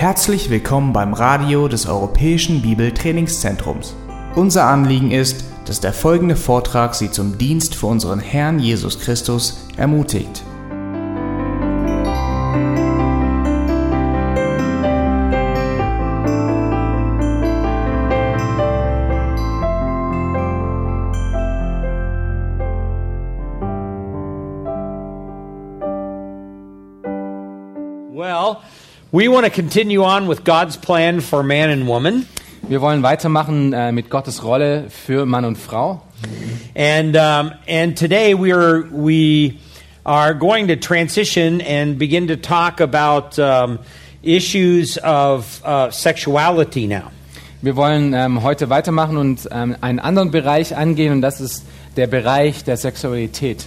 Herzlich willkommen beim Radio des Europäischen Bibeltrainingszentrums. Unser Anliegen ist, dass der folgende Vortrag Sie zum Dienst für unseren Herrn Jesus Christus ermutigt. We want to continue on with God's plan for man and woman. Wir wollen weitermachen mit Gottes Rolle für Mann und Frau. And today we are going to transition and begin to talk about issues of sexuality now. Wir wollen heute weitermachen und einen anderen Bereich angehen, und das ist der Bereich der Sexualität.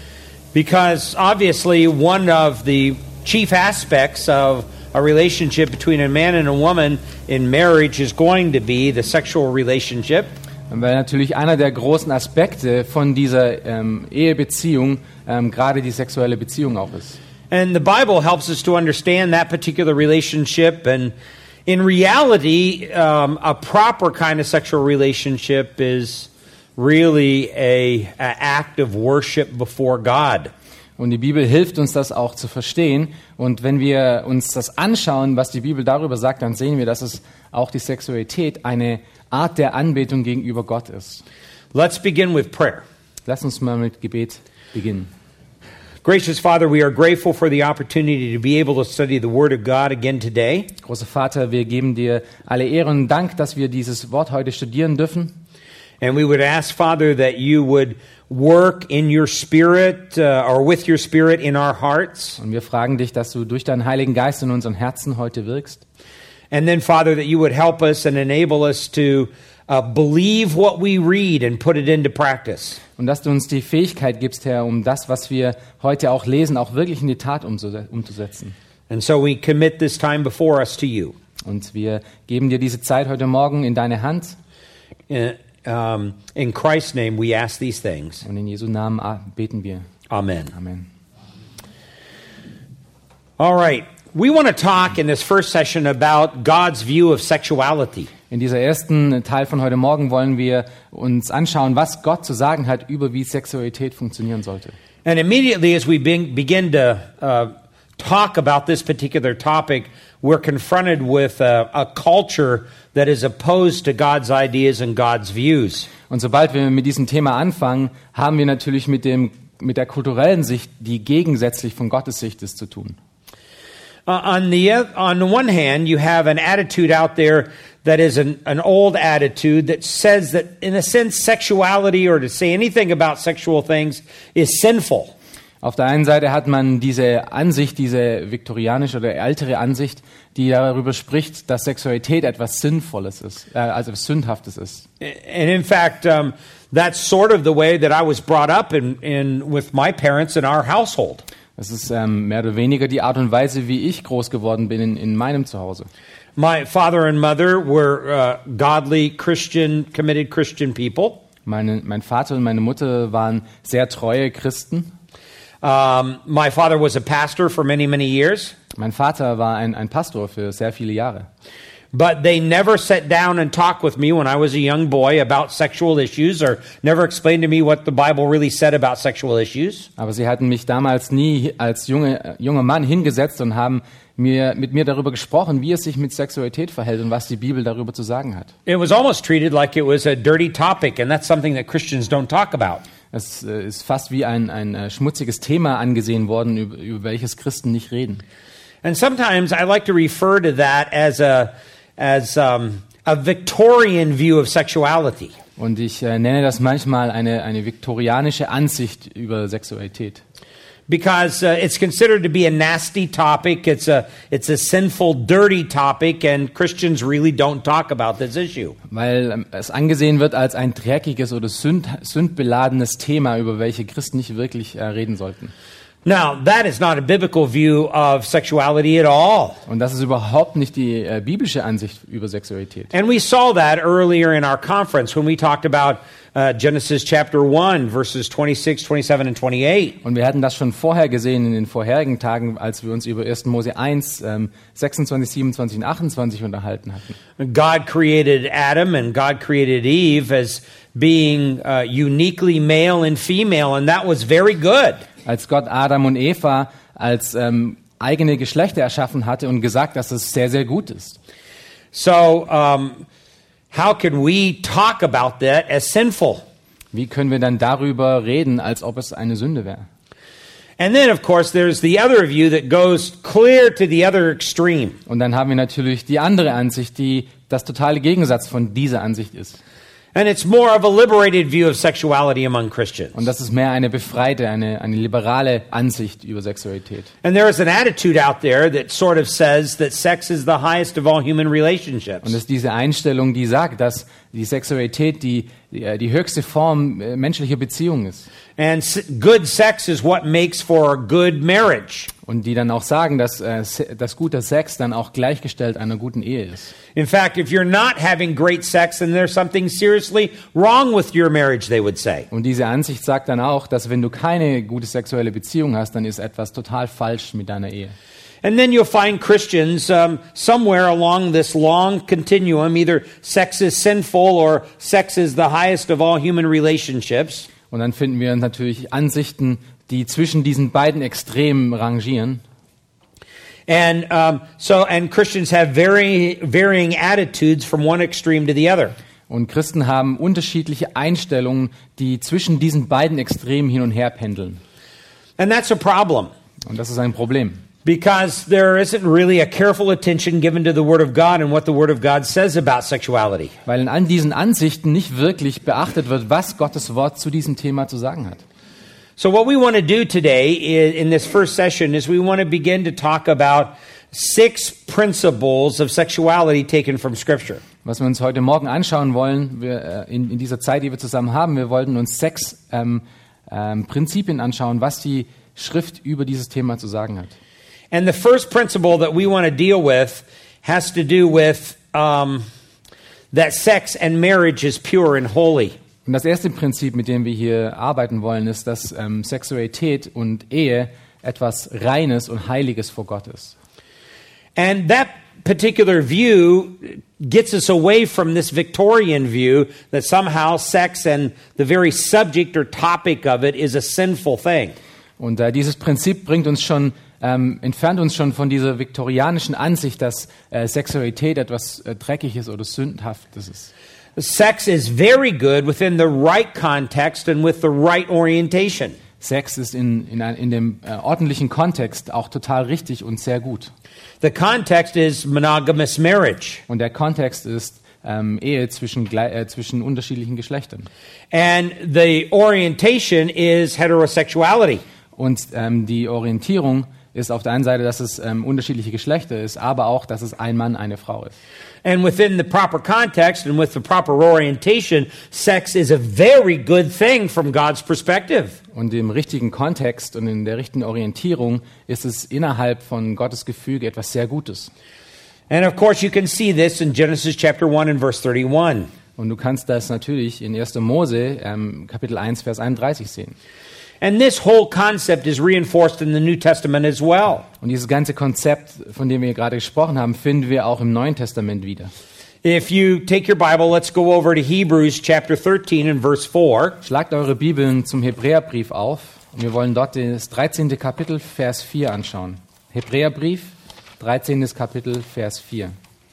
Because obviously one of the chief aspects of a relationship between a man and a woman in marriage is going to be the sexual relationship. Weil natürlich einer der großen Aspekte von dieser Ehebeziehung gerade die sexuelle Beziehung auch ist. And the Bible helps us to understand that particular relationship, and in reality, a proper kind of sexual relationship is really an act of worship before God. Und die Bibel hilft uns, das auch zu verstehen. Und wenn wir uns das anschauen, was die Bibel darüber sagt, dann sehen wir, dass es auch die Sexualität eine Art der Anbetung gegenüber Gott ist. Let's begin with prayer. Lass uns mal mit Gebet beginnen. Gracious Father, we are grateful for the opportunity to be able to study the Word of God again today. Großer Vater, wir geben dir alle Ehre und Dank, dass wir dieses Wort heute studieren dürfen. And we would ask, Father, that you would work in your Spirit or with your Spirit in our hearts. Und wir fragen dich, dass du durch deinen Heiligen Geist in unseren Herzen heute wirkst. And then, Father, that you would help us and enable us to believe what we read and put it into practice. Und dass du uns die Fähigkeit gibst, Herr, um das, was wir heute auch lesen, auch wirklich in die Tat umzusetzen. And so we commit this time before us to you. Und wir geben dir diese Zeit heute Morgen in deine Hand. In Christ's name we ask these things. Und in Jesu Namen beten wir. Amen. Amen. All right. We want to talk in this first session about God's view of sexuality. In dieser ersten Teil von heute Morgen wollen wir uns anschauen, was Gott zu sagen hat über wie Sexualität funktionieren sollte. And immediately as we begin to talk about this particular topic, we're confronted with a culture that is opposed to God's ideas and God's views. Und sobald wir mit diesem Thema anfangen, haben wir natürlich mit der kulturellen Sicht, die gegensätzlich von Gottes Sicht ist, zu tun. On the one hand, you have an attitude out there that is an old attitude that says that, in a sense, sexuality or to say anything about sexual things is sinful. Auf der einen Seite hat man diese Ansicht, diese viktorianische oder ältere Ansicht, die darüber spricht, dass Sexualität etwas Sinnvolles ist, also Sündhaftes ist. And in fact, that's sort of the way that I was brought up with my parents in our household. Das ist mehr oder weniger die Art und Weise, wie ich groß geworden bin in meinem Zuhause. My father and mother were godly Christian, committed Christian people. Mein Vater und meine Mutter waren sehr treue Christen. My father was a pastor for many, many years. Mein Vater war ein Pastor für sehr viele Jahre. But they never sat down and talked with me when I was a young boy about sexual issues, or never explained to me what the Bible really said about sexual issues. Aber sie hatten mich damals nie als junger Mann hingesetzt und haben mit mir darüber gesprochen, wie es sich mit Sexualität verhält und was die Bibel darüber zu sagen hat. It was almost treated like it was a dirty topic, and that's something that Christians don't talk about. Es ist fast wie ein schmutziges Thema angesehen worden, über welches Christen nicht reden. And sometimes I like to refer to that as a Victorian view of sexuality. Und ich nenne das manchmal eine viktorianische Ansicht über Sexualität. Because it's considered to be a nasty topic, it's a sinful, dirty topic, and Christians really don't talk about this issue. Weil es angesehen wird als ein dreckiges oder sündbeladenes Thema, über welche Christen nicht wirklich reden sollten. Now, that is not a biblical view of sexuality at all. Und das ist überhaupt nicht die biblische Ansicht über Sexualität. And we saw that earlier in our conference when we talked about Genesis chapter 1, verses 26, 27, and 28. Und wir hatten das schon vorher gesehen in den vorherigen Tagen, als wir uns über 1. Mose 1, 26, 27 und 28 unterhalten hatten. God created Adam and God created Eve as being uniquely male and female, and that was very good. Als Gott Adam und Eva als eigene Geschlechter erschaffen hatte und gesagt, dass es sehr, sehr gut ist. So, how can we talk about that as sinful? Wie können wir dann darüber reden, als ob es eine Sünde wäre? And then, of course, there's the other view that goes clear to the other extreme. Und dann haben wir natürlich die andere Ansicht, die das totale Gegensatz von dieser Ansicht ist. And it's more of a liberated view of sexuality among Christians. Und das ist mehr eine befreite, eine liberale Ansicht über Sexualität. And there is an attitude out there that sort of says that sex is the highest of all human relationships. Und es ist diese Einstellung, die sagt, dass die Sexualität die höchste Form menschlicher Beziehung ist. And good sex is what makes for a good marriage. Und die dann auch sagen, dass guter Sex dann auch gleichgestellt einer guten Ehe ist. In fact, if you're not having great sex, then there's something seriously wrong with your marriage, they would say. Und diese Ansicht sagt dann auch, dass wenn du keine gute sexuelle Beziehung hast, dann ist etwas total falsch mit deiner Ehe. And then you'll find Christians somewhere along this long continuum, either sex is sinful or sex is the highest of all human relationships. Und dann finden wir natürlich Ansichten, die zwischen diesen beiden Extremen rangieren. And Christians have varying attitudes from one extreme to the other. Und Christen haben unterschiedliche Einstellungen, die zwischen diesen beiden Extremen hin und her pendeln. And that's a problem. Und das ist ein Problem. Because there isn't really a careful attention given to the Word of God and what the Word of God says about sexuality. Weil in all diesen Ansichten nicht wirklich beachtet wird, was Gottes Wort zu diesem Thema zu sagen hat. So what we want to do today in this first session is we want to begin to talk about 6 principles of sexuality taken from Scripture. Was wir uns heute Morgen anschauen wollen, in dieser Zeit, die wir zusammen haben, wir wollten uns 6 Prinzipien anschauen, was die Schrift über dieses Thema zu sagen hat. And the first principle that we want to deal with has to do with that sex and marriage is pure and holy. Und das erste Prinzip, mit dem wir hier arbeiten wollen, ist, dass Sexualität und Ehe etwas Reines und Heiliges vor Gott ist. And that particular view gets us away from this Victorian view that somehow sex and the very subject or topic of it is a sinful thing. Und dieses Prinzip bringt uns schon entfernt uns schon von dieser viktorianischen Ansicht, dass Sexualität etwas Dreckiges oder Sündenhaftes ist. Sex is very good within the right context and with the right orientation. Sex ist in dem ordentlichen Kontext auch total richtig und sehr gut. The context is monogamous marriage. Und der Kontext ist Ehe zwischen unterschiedlichen Geschlechtern. And the orientation is heterosexuality. Und die Orientierung ist auf der einen Seite, dass es unterschiedliche Geschlechter ist, aber auch, dass es ein Mann, eine Frau ist. And within the proper context and with the proper orientation, sex is a very good thing from God's perspective. Und im richtigen Kontext und in der richtigen Orientierung ist es innerhalb von Gottes Gefüge etwas sehr Gutes. And of course you can see this in Genesis chapter 1 and verse 31. Und du kannst das natürlich in 1. Mose Kapitel 1 Vers 31 sehen. And this whole concept is reinforced in the New Testament as well. Und dieses ganze Konzept, von dem wir gerade gesprochen haben, finden wir auch im Neuen Testament wieder. If you take your Bible, let's go over to Hebrews chapter 13 and verse 4. Schlagt eure Bibeln zum Hebräerbrief auf. Und wir wollen dort das 13. Kapitel, Vers 4 anschauen. Hebräerbrief, 13. Kapitel, Vers 4.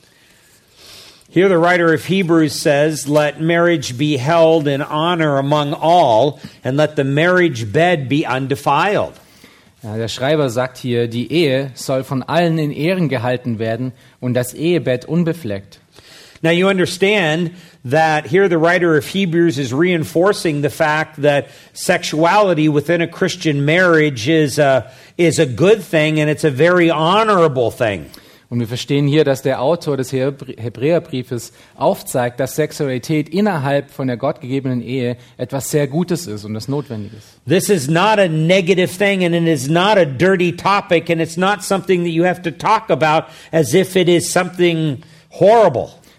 Here the writer of Hebrews says, "Let marriage be held in honor among all, and let the marriage bed be undefiled." Ja, der Schreiber sagt hier, die Ehe soll von allen in Ehren gehalten werden und das Ehebett unbefleckt. Now you understand that here the writer of Hebrews is reinforcing the fact that sexuality within a Christian marriage is a good thing and it's a very honorable thing. Und wir verstehen hier, dass der Autor des Hebräerbriefes aufzeigt, dass Sexualität innerhalb von der gottgegebenen Ehe etwas sehr Gutes ist und das Notwendiges. This is not a negative thing and it is not a dirty topic and it's not something that you have to talk about as if it is something horrible.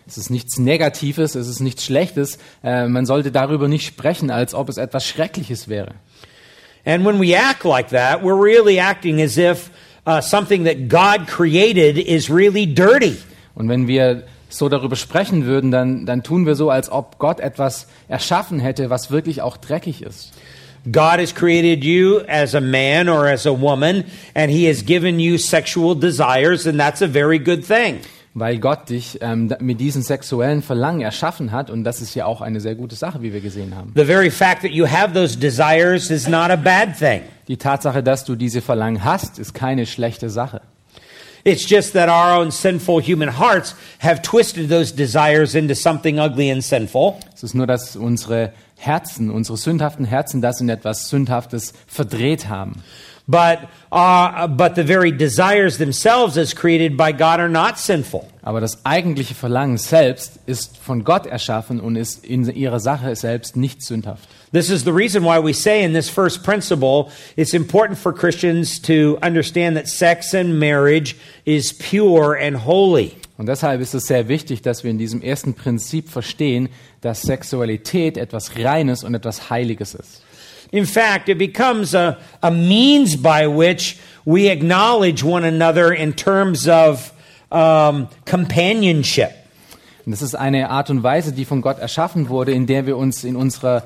Es ist nichts Negatives, es ist nichts Schlechtes. Man sollte darüber nicht sprechen, als ob es etwas Schreckliches wäre. And when we act like that, we're really acting as if something that God created is really dirty. Und wenn wir so darüber sprechen würden, dann tun wir so, als ob Gott etwas erschaffen hätte, was wirklich auch dreckig ist. God has created you as a man or as a woman, and He has given you sexual desires, and that's a very good thing. Weil Gott dich mit diesen sexuellen Verlangen erschaffen hat, und das ist ja auch eine sehr gute Sache, wie wir gesehen haben. The very fact that you have those desires is not a bad thing. Die Tatsache, dass du diese Verlangen hast, ist keine schlechte Sache. It's just that our own sinful human hearts have twisted those desires into something ugly and sinful. Es ist nur, dass unsere Herzen, unsere sündhaften Herzen das in etwas Sündhaftes verdreht haben. But the very desires themselves as created by God are not sinful. Aber das eigentliche Verlangen selbst ist von Gott erschaffen und ist in ihrer Sache selbst nicht sündhaft. This is the reason why we say in this first principle, it's important for Christians to understand that sex and marriage is pure and holy. Und deshalb ist es sehr wichtig, dass wir in diesem ersten Prinzip verstehen, dass Sexualität etwas Reines und etwas Heiliges ist. In fact, it becomes a means by which we acknowledge one another in terms of companionship. Und das ist eine Art und Weise, die von Gott erschaffen wurde, in der wir uns in unserer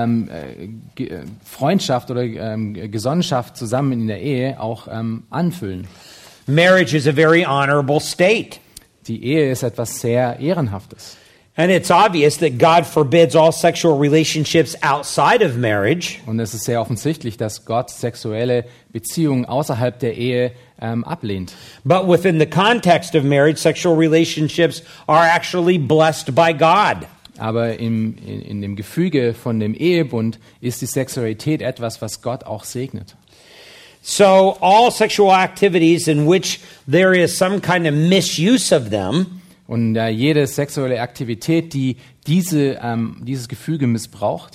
Freundschaft oder Gesellschaft zusammen in der Ehe auch anfühlen. Marriage is a very honorable state. Die Ehe ist etwas sehr Ehrenhaftes. And it's obvious that God forbids all sexual relationships outside of marriage. Und es ist sehr offensichtlich, dass Gott sexuelle Beziehungen außerhalb der Ehe ablehnt. But within the context of marriage, sexual relationships are actually blessed by God. Aber in dem Gefüge von dem Ehebund ist die Sexualität etwas, was Gott auch segnet. So all sexual activities in which there is some kind of misuse of them und jede sexuelle Aktivität, die dieses Gefüge missbraucht,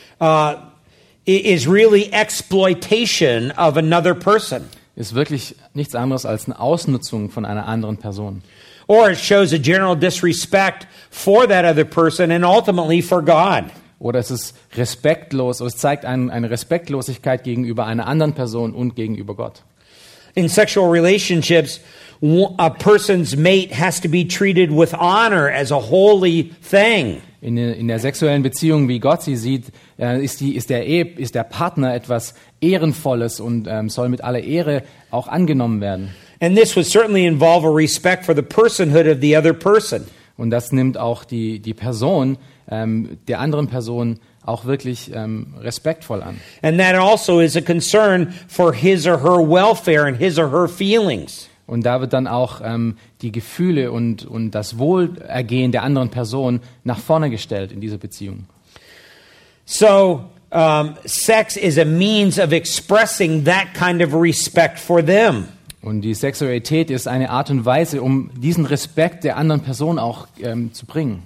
is really exploitation of another person. Ist wirklich nichts anderes als eine Ausnutzung von einer anderen Person. Or it shows a general disrespect for that other person and ultimately for God. Oder es ist respektlos, oder es zeigt eine Respektlosigkeit gegenüber einer anderen Person und gegenüber Gott. In sexual relationships, a person's mate has to be treated with honor as a holy thing. In der sexuellen Beziehung, wie Gott sie sieht, ist der Partner etwas Ehrenvolles und soll mit aller Ehre auch angenommen werden. And this would certainly involve a respect for the personhood of the other person. Und das nimmt auch die Person der anderen Person auch wirklich respektvoll an. And that also is a concern for his or her welfare and his or her feelings. Und da wird dann auch die Gefühle und das Wohlergehen der anderen Person nach vorne gestellt in dieser Beziehung. So, sex is a means of expressing that kind of respect for them. Und die Sexualität ist eine Art und Weise, um diesen Respekt der anderen Person auch zu bringen.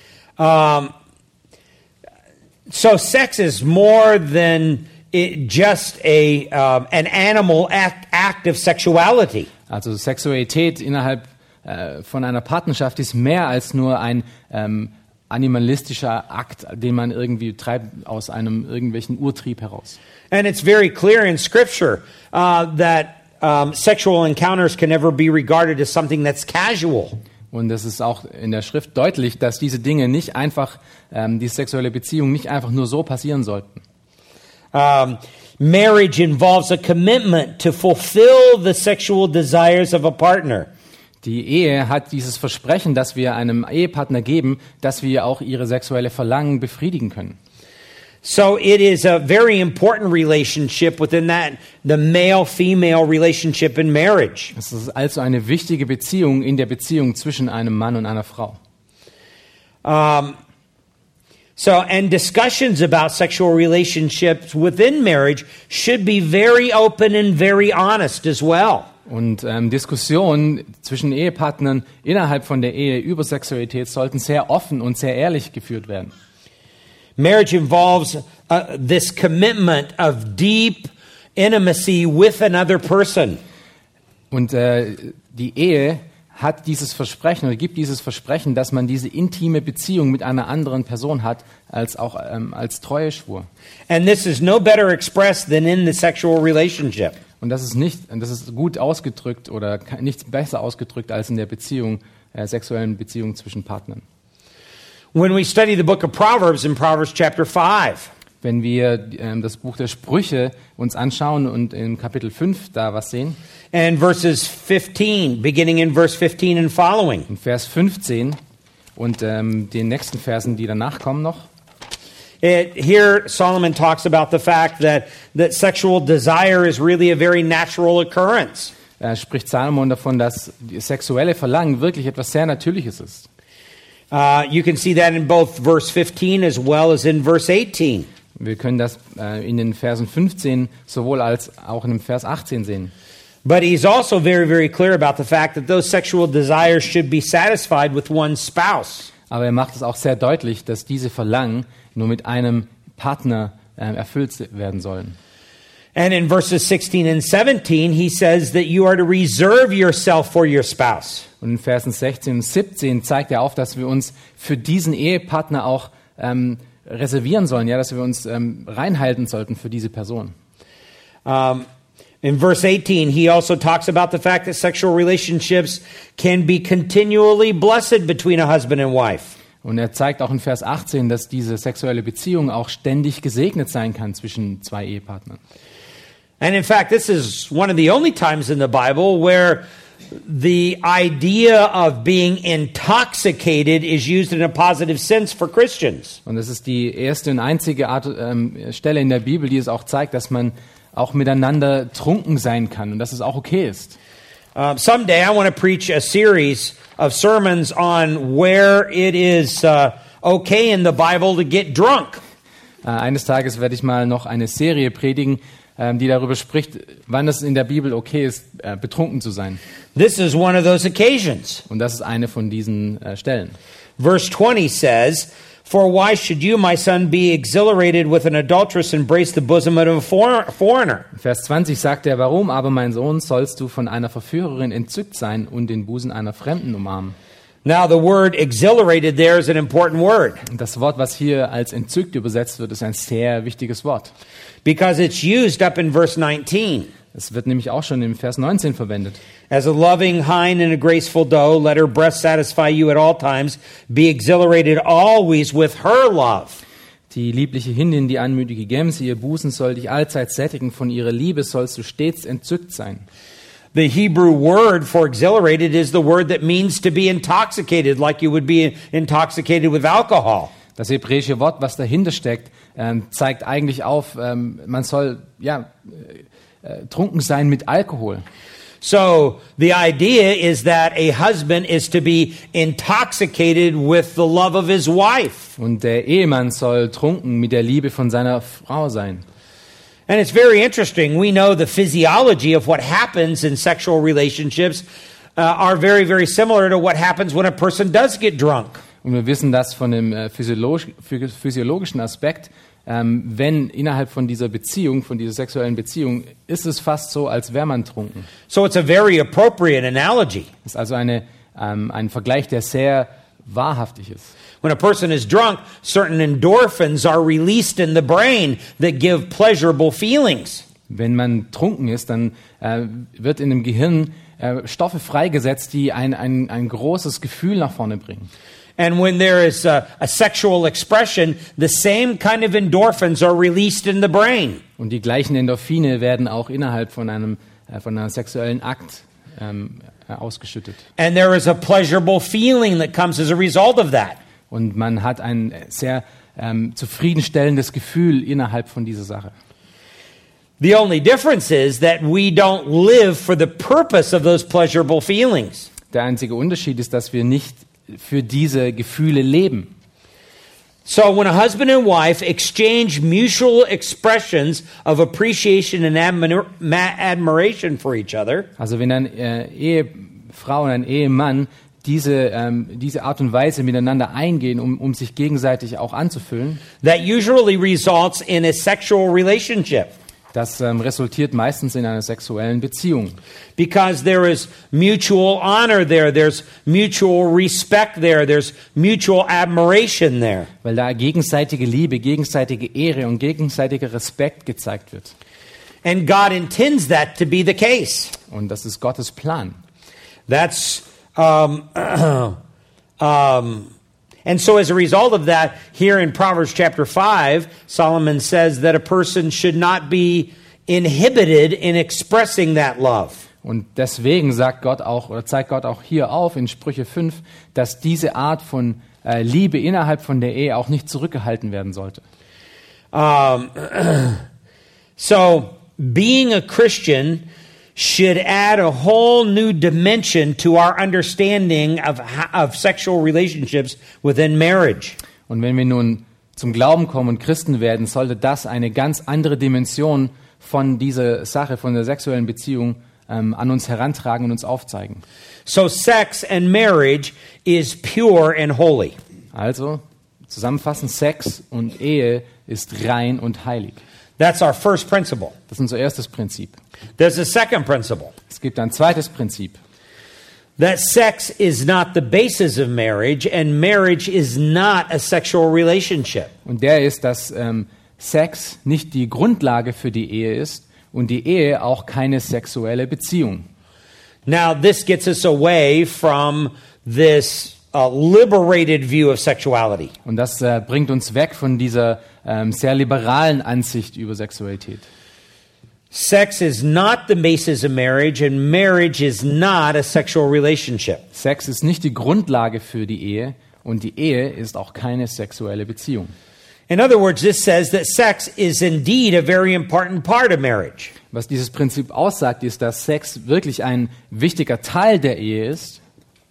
So sex is more than just an animal act of sexuality. Also Sexualität innerhalb von einer Partnerschaft ist mehr als nur ein animalistischer Akt, den man irgendwie treibt aus einem irgendwelchen Urtrieb heraus. And it's very clear in Scripture that sexual encounters can never be regarded as something that's casual. Und es ist auch in der Schrift deutlich, dass diese Dinge nicht einfach, die sexuelle Beziehung nicht einfach nur so passieren sollten. Marriage involves a commitment to fulfill the sexual desires of a partner. Die Ehe hat dieses Versprechen, dass wir einem Ehepartner geben, dass wir auch ihre sexuelle Verlangen befriedigen können. So it is a very important relationship within that, the male-female relationship in marriage. Es ist also eine wichtige Beziehung in der Beziehung zwischen einem Mann und einer Frau. And discussions about sexual relationships within marriage should be very open and very honest as well. Und Diskussionen zwischen Ehepartnern innerhalb von der Ehe über Sexualität sollten sehr offen und sehr ehrlich geführt werden. Marriage involves this commitment of deep intimacy with another person. Und die Ehe hat dieses Versprechen oder gibt dieses Versprechen, dass man diese intime Beziehung mit einer anderen Person hat, als auch als Treueschwur. And this is no better expressed than in the sexual relationship. Und das ist gut ausgedrückt oder nichts besser ausgedrückt als in der sexuellen Beziehung zwischen Partnern. When we study the book of Proverbs in Proverbs chapter 5, Wenn wir das Buch der Sprüche uns anschauen und in Kapitel 5 da was sehen, and verses 15, beginning in verse 15 and following. in Vers 15 und den nächsten Versen, die danach kommen noch, Here Solomon talks about the fact that sexual desire is really a very natural occurrence. Spricht Salomon davon, dass die sexuelle Verlangen wirklich etwas sehr Natürliches ist. You can see that in both verse 15 as well as in verse 18. Wir können das in den Versen 15 sowohl als auch in dem Vers 18 sehen. But he's also very, very clear about the fact that those sexual desires should be satisfied with one's spouse. Aber er macht es auch sehr deutlich, dass diese Verlangen nur mit einem Partner erfüllt werden sollen. And in verses 16 and 17, he says that you are to reserve yourself for your spouse. Und in Versen 16 und 17 zeigt er auf, dass wir uns für diesen Ehepartner auch reservieren sollen, ja, dass wir uns reinhalten sollten für diese Person. In verse 18, he also talks about the fact that sexual relationships can be continually blessed between a husband and wife. Und er zeigt auch in Vers 18, dass diese sexuelle Beziehung auch ständig gesegnet sein kann zwischen zwei Ehepartnern. And in fact, this is one of the only times in the Bible where the idea of being intoxicated is used in a positive sense for Christians. Und das ist die erste und einzige Stelle in der Bibel, die es auch zeigt, dass man auch miteinander trunken sein kann und dass es auch okay ist. Someday I want to preach a series of sermons on where it is okay in the Bible to get drunk. Eines Tages werde ich mal noch eine Serie predigen, die darüber spricht, wann es in der Bibel okay ist, betrunken zu sein. This is one of those occasions. Und das ist eine von diesen Stellen. Verse 20 says, "For why should you, my son, be exhilarated with an adulteress and embrace the bosom of a foreigner?" Vers 20 sagt er, warum aber, mein Sohn, sollst du von einer Verführerin entzückt sein und den Busen einer Fremden umarmen? Now the word exhilarated there is an important word. Und das Wort, was hier als entzückt übersetzt wird, ist ein sehr wichtiges Wort. Because it's used up in verse 19. Es wird nämlich auch schon im Vers 19 verwendet. As a loving hind and a graceful doe, let her breast satisfy you at all times. Be exhilarated always with her love. Die liebliche Hindin, die anmütige Gemse, ihr Busen soll dich allzeit sättigen. Von ihrer Liebe sollst du stets entzückt sein. The Hebrew word for exhilarated is the word that means to be intoxicated, like you would be intoxicated with alcohol. Das hebräische Wort, was dahinter steckt, zeigt eigentlich auf, man soll trunken sein mit Alkohol. So the idea is that a husband is to be intoxicated with the love of his wife. Und der Ehemann soll trunken mit der Liebe von seiner Frau sein. And it's very interesting. We know the physiology of what happens in sexual relationships are very, very similar to what happens when a person does get drunk. Und wir wissen das von dem physiologischen Aspekt, wenn innerhalb von dieser Beziehung, von dieser sexuellen Beziehung, ist es fast so, als wäre man trunken. So it's a very appropriate analogy. Das ist also ein Vergleich, der sehr wahrhaftig ist. When a person is drunk, certain endorphins are released in the brain that give pleasurable feelings. Wenn man trunken ist, dann wird in dem Gehirn Stoffe freigesetzt, die ein großes Gefühl nach vorne bringen. And when there is a sexual expression, the same kind of endorphins are released in the brain. Und die gleichen Endorphine werden auch innerhalb von einer sexuellen Akt ausgeschüttet. And there is a pleasurable feeling that comes as a result of that. Und man hat ein sehr zufriedenstellendes Gefühl innerhalb von dieser Sache. The only difference is that we don't live for the purpose of those pleasurable feelings. Der einzige Unterschied ist, dass wir nicht für diese Gefühle leben. So when a husband and wife exchange mutual expressions of appreciation and admiration for each other, Also wenn eine Ehefrau und ein Ehemann diese Art und Weise miteinander eingehen, um sich gegenseitig auch anzufüllen, that usually results in a sexual relationship. Das resultiert meistens in einer sexuellen Beziehung. Because there is mutual honor there, there's mutual respect there, there's mutual admiration there. Weil da gegenseitige Liebe, gegenseitige Ehre und gegenseitiger Respekt gezeigt wird. And God intends that to be the case. Und das ist Gottes Plan. That's and so as a result of that, here in Proverbs chapter 5, Solomon says that a person should not be inhibited in expressing that love. Und deswegen sagt Gott auch oder zeigt Gott auch hier auf in Sprüche 5, dass diese Art von Liebe innerhalb von der Ehe auch nicht zurückgehalten werden sollte. So being a Christian should add a whole new dimension to our understanding of sexual relationships within marriage. Und wenn wir nun zum Glauben kommen und Christen werden, sollte das eine ganz andere Dimension von dieser Sache, von der sexuellen Beziehung an uns herantragen und uns aufzeigen. So sex and marriage is pure and holy. Also, zusammenfassend, Sex und Ehe ist rein und heilig. That's our first principle. Das ist unser erstes Prinzip. There's a second principle. Es gibt ein zweites Prinzip. That sex is not the basis of marriage and marriage is not a sexual relationship. Und der ist, dass Sex nicht die Grundlage für die Ehe ist und die Ehe auch keine sexuelle Beziehung. Now this gets us away from this liberated view of sexuality. Und das bringt uns weg von dieser sehr liberalen Ansicht über Sexualität. Sex is not the basis of marriage and marriage is not a sexual relationship. Sex ist nicht die Grundlage für die Ehe und die Ehe ist auch keine sexuelle Beziehung. In other words, this says that sex is indeed a very important part of marriage. Was dieses Prinzip aussagt, ist, dass Sex wirklich ein wichtiger Teil der Ehe ist.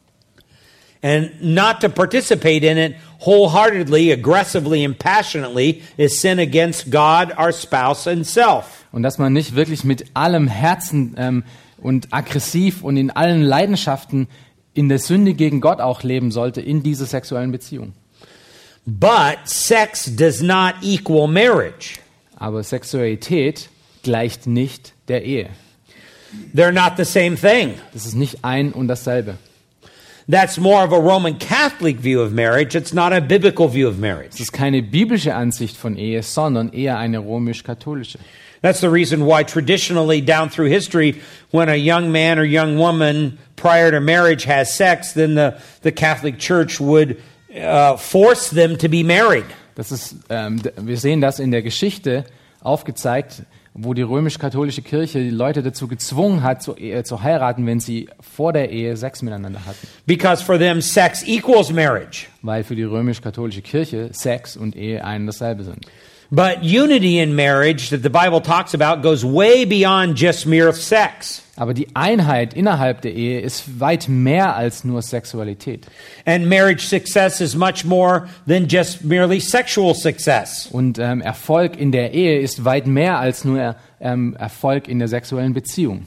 And not to participate in it wholeheartedly, aggressively, and passionately is sin against God, our spouse, and self. Und dass man nicht wirklich mit allem Herzen und aggressiv und in allen Leidenschaften in der Sünde gegen Gott auch leben sollte in dieser sexuellen Beziehung. But sex does not equal marriage. Aber Sexualität gleicht nicht der Ehe. They're not the same thing. Das ist nicht ein und dasselbe. That's more of a Roman Catholic view of marriage. It's not a biblical view of Es marriage. ist keine biblische Ansicht von Ehe, sondern eher eine römisch-katholische. That's the reason why traditionally down through history, when a young man or young woman prior to marriage has sex, then the Catholic Church would force them to be married. Das ist, wir sehen das in der Geschichte aufgezeigt, wo die römisch-katholische Kirche die Leute dazu gezwungen hat, zu heiraten, wenn sie vor der Ehe Sex miteinander hatten. Because for them, sex equals marriage. Weil für die römisch-katholische Kirche Sex und Ehe ein und dasselbe sind. But unity in marriage that the Bible talks about goes way beyond just mere sex. Aber die Einheit innerhalb der Ehe ist weit mehr als nur Sexualität. And marriage success is much more than just merely sexual success. Und Erfolg in der Ehe ist weit mehr als nur Erfolg in der sexuellen Beziehung.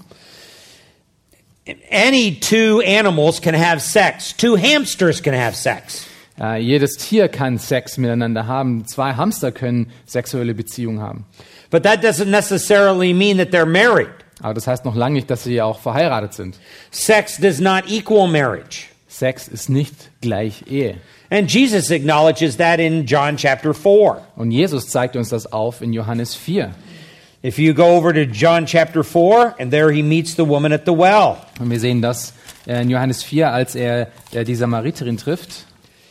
Any two animals can have sex. Two hamsters can have sex. Jedes Tier kann Sex miteinander haben. 2 Hamster können sexuelle Beziehungen haben. But that doesn't necessarily mean that they're married. Aber das heißt noch lange nicht, dass sie auch verheiratet sind. Sex does not equal marriage. Sex ist nicht gleich Ehe. And Jesus acknowledges that in John chapter 4. Und Jesus zeigt uns das auf in Johannes 4. If you go over to John chapter 4, and there he meets the woman at the well. Und wir sehen das in Johannes 4, als er die Samariterin trifft.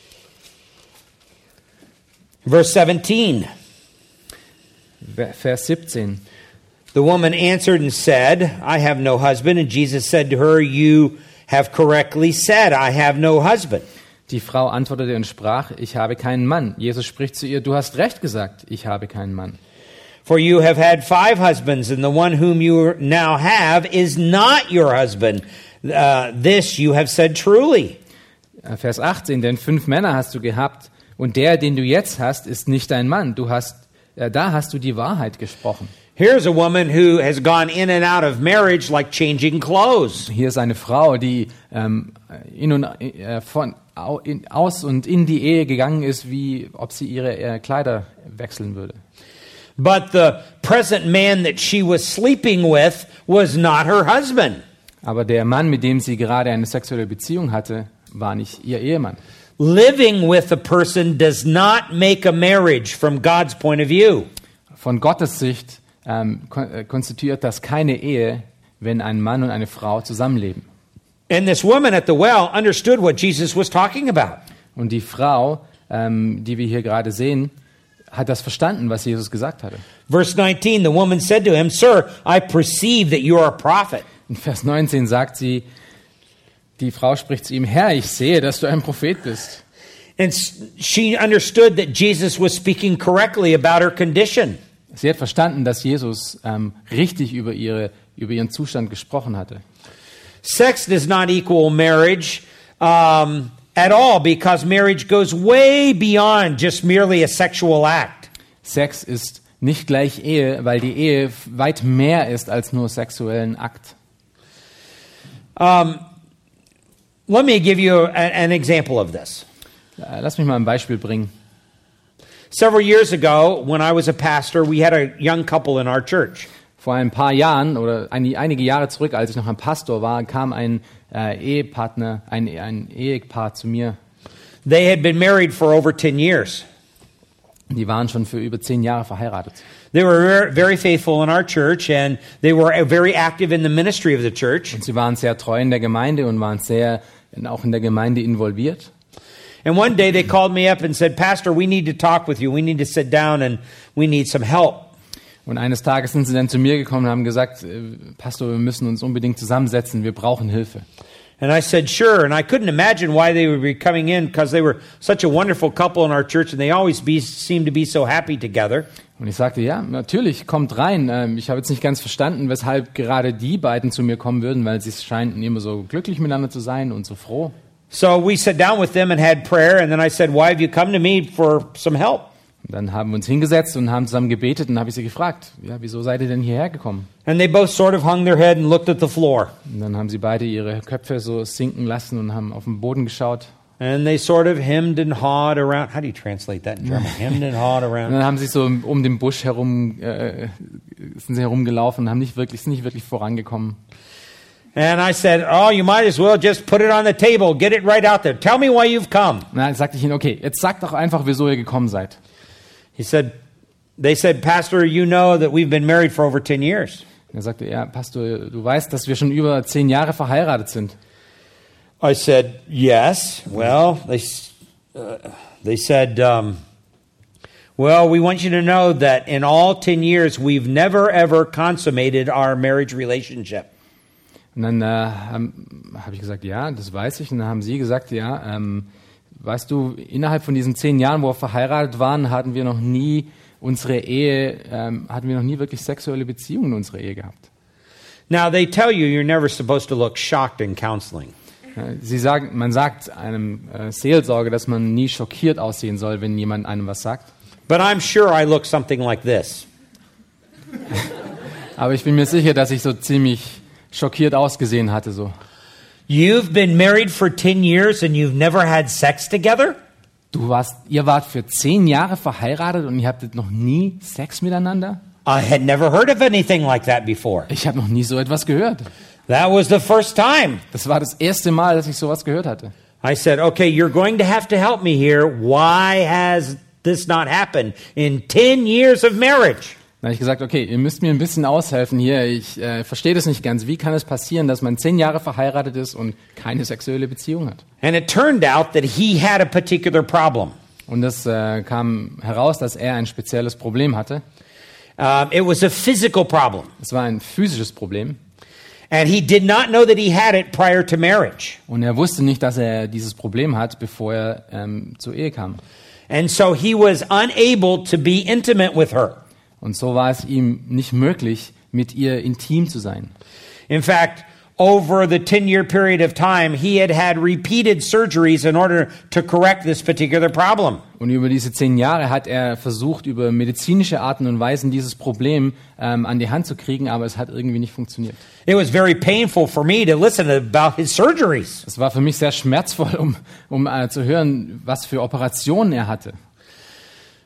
Verse 17. Vers 17. The woman answered and said, I have no husband. And Jesus said to her, You have correctly said, I have no husband. Die Frau antwortete und sprach, ich habe keinen Mann. Jesus spricht zu ihr, du hast recht gesagt, ich habe keinen Mann. For you have had 5 husbands, and the one whom you now have is not your husband. This you have said truly. Vers 18, denn 5 Männer hast du gehabt, und der, den du jetzt hast, ist nicht dein Mann. Da hast du die Wahrheit gesprochen. Here's a woman who has gone in and out of marriage like changing clothes. Hier ist eine Frau, die aus und in die Ehe gegangen ist, wie ob sie ihre Kleider wechseln würde. But the present man that she was sleeping with was not her husband. Aber der Mann, mit dem sie gerade eine sexuelle Beziehung hatte, war nicht ihr Ehemann. Living with a person does not make a marriage from God's point of view. Von Gottes Sicht konstituiert das keine Ehe, wenn ein Mann und eine Frau zusammenleben. And this woman at the well understood what Jesus was talking about. Und die Frau, die wir hier gerade sehen, hat das verstanden, was Jesus gesagt hatte. Verse 19, the woman said to him, "Sir, I perceive that you are a prophet." In Vers 19 sagt sie, die Frau spricht zu ihm, Herr, ich sehe, dass du ein Prophet bist. And she understood that Jesus was speaking correctly about her condition. Sie hat verstanden, dass Jesus richtig über ihren Zustand gesprochen hatte. Sex does not equal marriage at all, because marriage goes way beyond just merely a sexual act. Sex ist nicht gleich Ehe, weil die Ehe weit mehr ist als nur sexuellen Akt. Let me give you an example of this. Lass mich mal ein Beispiel bringen. Several years ago, when I was a pastor, we had a young couple in our church. Vor ein paar Jahren oder einige Jahre zurück, als ich noch ein Pastor war, kam ein Ehepartner, ein Ehepaar zu mir. They had been married for over 10 years. Die waren schon für über 10 Jahre verheiratet. They were very faithful in our church, and they were very active in the ministry of the church. Und sie waren sehr treu in der Gemeinde und waren sehr auch in der Gemeinde involviert. And one day they called me up and said, "Pastor, we need to talk with you. We need to sit down and we need some help." Und eines Tages sind sie dann zu mir gekommen und haben gesagt, Pastor, wir müssen uns unbedingt zusammensetzen, wir brauchen Hilfe. And I said, sure. And I couldn't imagine why they would be coming in, because they were such a wonderful couple in our church and they always seemed to be so happy together. Und ich sagte, ja, natürlich, kommt rein. Ich habe jetzt nicht ganz verstanden, weshalb gerade die beiden zu mir kommen würden, weil sie scheinten immer so glücklich miteinander zu sein und so froh. So we sat down with them and had prayer, and then I said, why have you come to me for some help? Und dann haben wir uns hingesetzt und haben zusammen gebetet und habe ich sie gefragt, ja, wieso seid ihr denn hierher gekommen? And they both sort of hung their head and looked at the floor. Und dann haben sie beide ihre Köpfe so sinken lassen und haben auf den Boden geschaut. And they sort of hemmed and hawed around. How do you translate that in German? Hemmed and hawed Und around. dann haben sie so um den Busch herum sind sie herumgelaufen und sind nicht wirklich vorangekommen. And I said, oh, you might as well just put it on the table. Get it right out there. Tell me why you've come. Und dann sagte ich ihnen, okay, jetzt sagt doch einfach, wieso ihr gekommen seid. They said, Pastor, you know that we've been married for over 10 years. Und er sagte, ja, Pastor, du weißt, dass wir schon über 10 Jahre verheiratet sind. I said, yes. Well, they said, well, we want you to know that in all 10 years, we've never ever consummated our marriage relationship. Und dann habe ich gesagt, ja, das weiß ich. Und dann haben sie gesagt, ja, weißt du, innerhalb von diesen 10 Jahren, wo wir verheiratet waren, hatten wir noch nie wirklich sexuelle Beziehungen in unserer Ehe gehabt. Now, they tell you you're never supposed to look shocked in counseling. Man sagt einem Seelsorger, dass man nie schockiert aussehen soll, wenn jemand einem was sagt. But I'm sure I look something like this. Aber ich bin mir sicher, dass ich so ziemlich schockiert ausgesehen hatte. So. You've been married for 10 years and you've never had sex together? Ihr wart für 10 Jahre verheiratet und ihr habtet noch nie Sex miteinander? I had never heard of anything like that before. Ich habe noch nie so etwas gehört. That was the first time. Das war das erste Mal, dass ich sowas gehört hatte. I said, okay, you're going to have to help me here. Why has this not happened in 10 years of marriage? Dann habe ich gesagt, okay, ihr müsst mir ein bisschen aushelfen hier. Ich verstehe das nicht ganz. Wie kann es passieren, dass man 10 Jahre verheiratet ist und keine sexuelle Beziehung hat? And it turned out that he had a particular problem. Und es kam heraus, dass er ein spezielles Problem hatte. It was a physical problem. Es war ein physisches Problem. And he did not know that he had it prior to marriage. Und er wusste nicht, dass er dieses Problem hat, bevor er zur Ehe kam. And so he was unable to be intimate with her. Und so war es ihm nicht möglich, mit ihr intim zu sein. In fact, over the 10-year period of time, he had repeated surgeries in order to correct this particular problem. Und über diese 10 Jahre hat er versucht, über medizinische Arten und Weisen dieses Problem an die Hand zu kriegen, aber es hat irgendwie nicht funktioniert. It was very painful for me to listen about his surgeries. Es war für mich sehr schmerzvoll, um zu hören, was für Operationen er hatte.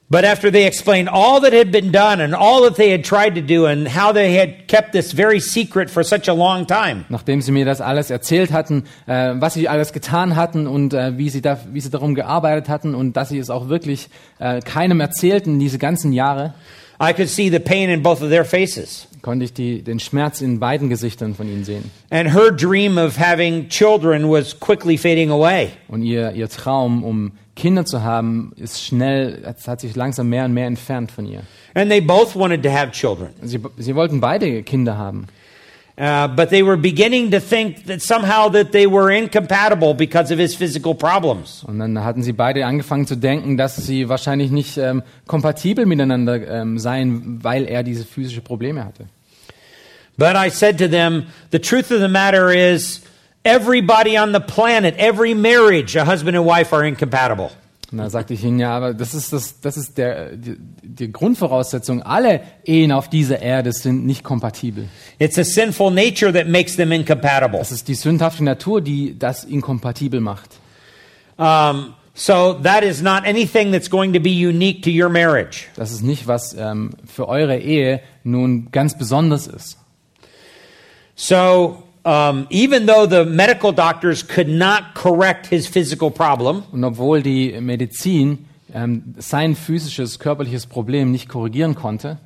But after they explained all that had been done and all that they had tried to do and how they had kept this very secret for such a long time, Nachdem sie mir das alles erzählt hatten, was sie alles getan hatten und wie sie darum gearbeitet hatten und dass sie es auch wirklich keinem erzählten diese ganzen Jahre, I could see the pain in both of their faces. konnte ich den Schmerz in beiden Gesichtern von ihnen sehen. And her dream of having children was quickly fading away. Und ihr Traum, um Kinder zu haben, hat sich langsam mehr und mehr entfernt von ihr. And they both wanted to have children. Sie wollten beide Kinder haben. But they were beginning to think that somehow that they were incompatible because of his physical problems. Und dann hatten sie beide angefangen zu denken, dass sie wahrscheinlich nicht kompatibel miteinander seien, weil er diese physischen Probleme hatte. But I said to them, the truth of the matter is, everybody on the planet, every marriage, a husband and wife are incompatible. Und da sagte ich ihnen, ja, aber das ist die Grundvoraussetzung. Alle Ehen auf dieser Erde sind nicht kompatibel. It's a sinful nature that makes them incompatible. Das ist die sündhafte Natur, die das inkompatibel macht. So that is not anything that's going to be unique to your marriage. Das ist nicht, was für eure Ehe nun ganz besonders ist. So even though the medical doctors could not correct his physical problem, Und obwohl die Medizin sein physisches, körperliches Problem nicht korrigieren konnte,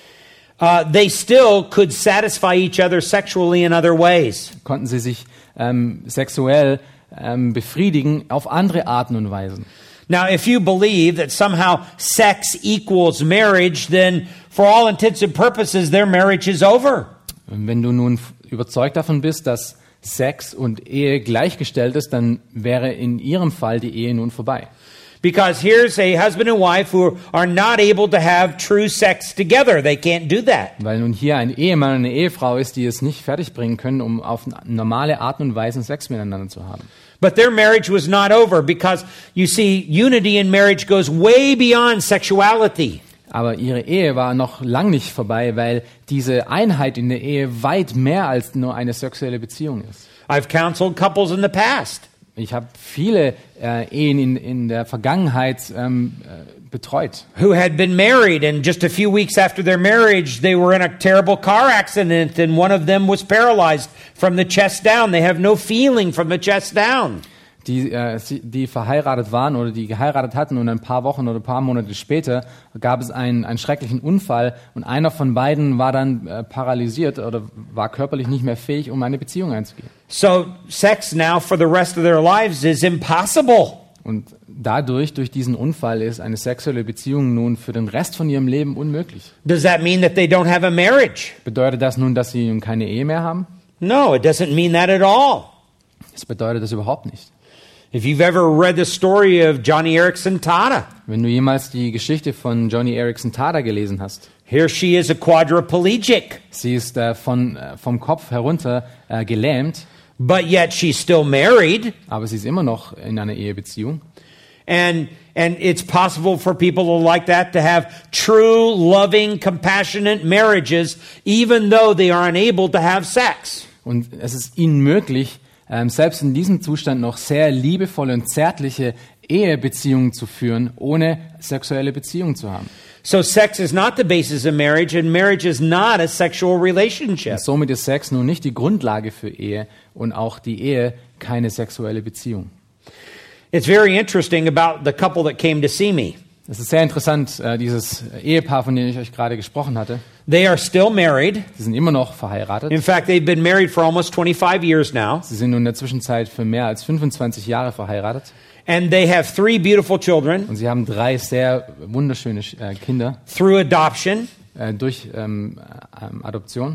they still could satisfy each other sexually in other ways. konnten sie sich sexuell befriedigen auf andere Arten und Weisen. Now, if you believe that somehow sex equals marriage, then for all intents and purposes, their marriage is over. Und wenn du nun überzeugt davon bist, dass Sex und Ehe gleichgestellt ist, dann wäre in ihrem Fall die Ehe nun vorbei. Because here's a husband and wife who are not able to have true sex together. They can't do that. Weil nun hier ein Ehemann und eine Ehefrau ist, die es nicht fertigbringen können, um auf normale Art und Weise Sex miteinander zu haben. But their marriage was not over because, you see, unity in marriage goes way beyond sexuality. Aber ihre Ehe war noch lang nicht vorbei, weil diese Einheit in der Ehe weit mehr als nur eine sexuelle Beziehung ist. I've counseled couples in the past. Ich habe viele Ehen in der Vergangenheit betreut. Who had been married, and just a few weeks after their marriage, they were in a terrible car accident, and one of them was paralyzed from the chest down. They have no feeling from the chest down. Die verheiratet waren oder die geheiratet hatten und ein paar Wochen oder ein paar Monate später gab es einen schrecklichen Unfall und einer von beiden war dann paralysiert oder war körperlich nicht mehr fähig, um eine Beziehung einzugehen. So sex now for the rest of their lives is impossible. Und durch diesen Unfall ist eine sexuelle Beziehung nun für den Rest von ihrem Leben unmöglich. Does that mean that they don't have a marriage? Bedeutet das nun, dass sie nun keine Ehe mehr haben? No, it doesn't mean that at all. Das bedeutet das überhaupt nicht. If you've ever read the story of Johnny Erickson Tada, Wenn du jemals die Geschichte von Johnny Erickson Tada gelesen hast, here she is a quadriplegic, sie ist vom Kopf herunter gelähmt, but yet she's still married, aber sie ist immer noch in einer Ehebeziehung. and it's possible for people like that to have true, loving, compassionate marriages, even though they are unable to have sex. Und es ist ihnen möglich, selbst in diesem Zustand noch sehr liebevolle und zärtliche Ehebeziehungen zu führen, ohne sexuelle Beziehungen zu haben. So sex is not the basis of marriage, and marriage is not a sexual relationship. Und somit ist Sex nun nicht die Grundlage für Ehe und auch die Ehe keine sexuelle Beziehung. It's very interesting about the couple that came to see me. Es ist sehr interessant, dieses Ehepaar, von dem ich euch gerade gesprochen hatte. They are still married. Sie sind immer noch verheiratet. In fact, they've been married for almost 25 years now. Sie sind nun in der Zwischenzeit für mehr als 25 Jahre verheiratet. And they have 3 beautiful children Und sie haben 3 sehr wunderschöne Kinder through adoption. Durch Adoption.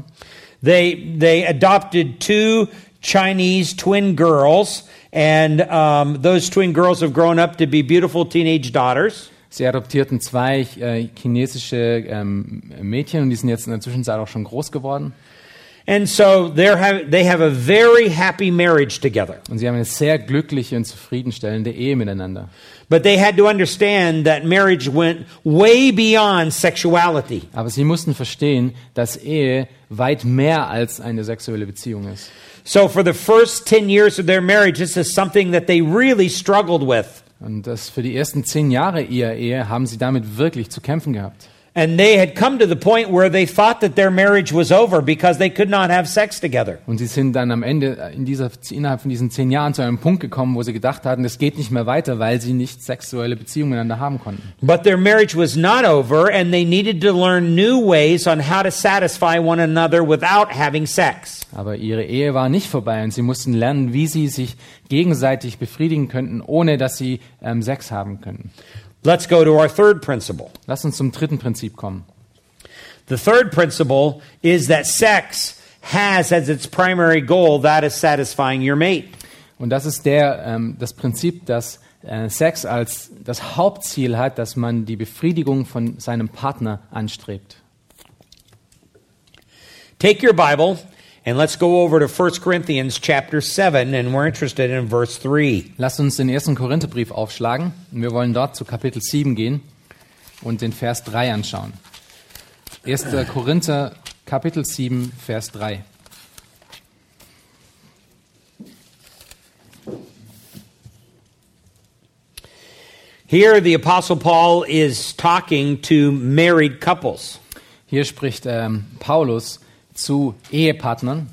They adopted 2 Chinese twin girls, and those twin girls have grown up to be beautiful teenage daughters. Sie adoptierten 2 chinesische Mädchen und die sind jetzt in der Zwischenzeit auch schon groß geworden. And so they have a very happy marriage together. Und sie haben eine sehr glückliche und zufriedenstellende Ehe miteinander. But they had to understand that marriage went way beyond sexuality. Aber sie mussten verstehen, dass Ehe weit mehr als eine sexuelle Beziehung ist. So for the first 10 years of their marriage, this is something that they really struggled with. Und das für die ersten 10 Jahre ihrer Ehe haben sie damit wirklich zu kämpfen gehabt. And they had come to the point where they thought that their marriage was over because they could not have sex together. Und sie sind dann am Ende innerhalb von diesen 10 Jahren zu einem Punkt gekommen, wo sie gedacht hatten, es geht nicht mehr weiter, weil sie nicht sexuelle Beziehungen miteinander haben konnten. But their marriage was not over, and they needed to learn new ways on how to satisfy one another without having sex. Aber ihre Ehe war nicht vorbei und sie mussten lernen, wie sie sich gegenseitig befriedigen könnten, ohne dass sie Sex haben könnten. Let's go to our third principle. Lass uns zum dritten Prinzip kommen. The third principle is that sex has as its primary goal that of satisfying your mate. Und das ist das Prinzip, dass Sex als das Hauptziel hat, dass man die Befriedigung von seinem Partner anstrebt. Take your Bible and let's go over to 1 Corinthians chapter 7, and we're interested in verse 3. Lasst uns den 1. Korintherbrief aufschlagen. Und wir wollen dort zu Kapitel 7 gehen und den Vers 3 anschauen. 1. Korinther, Kapitel 7, Vers 3. Here the Apostle Paul is talking to married couples. Hier spricht Paulus zu Ehepartnern.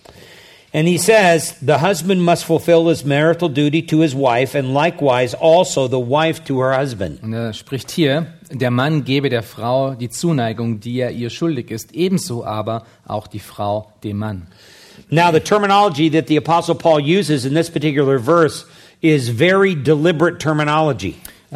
And he says, the husband must fulfill his marital duty to his wife, and likewise also the wife to her husband. Und er spricht hier, der Mann gebe der Frau die Zuneigung, die er ihr schuldig ist, ebenso aber auch die Frau dem Mann. Now the terminology that the Apostle Paul uses in this particular verse is very deliberate terminology.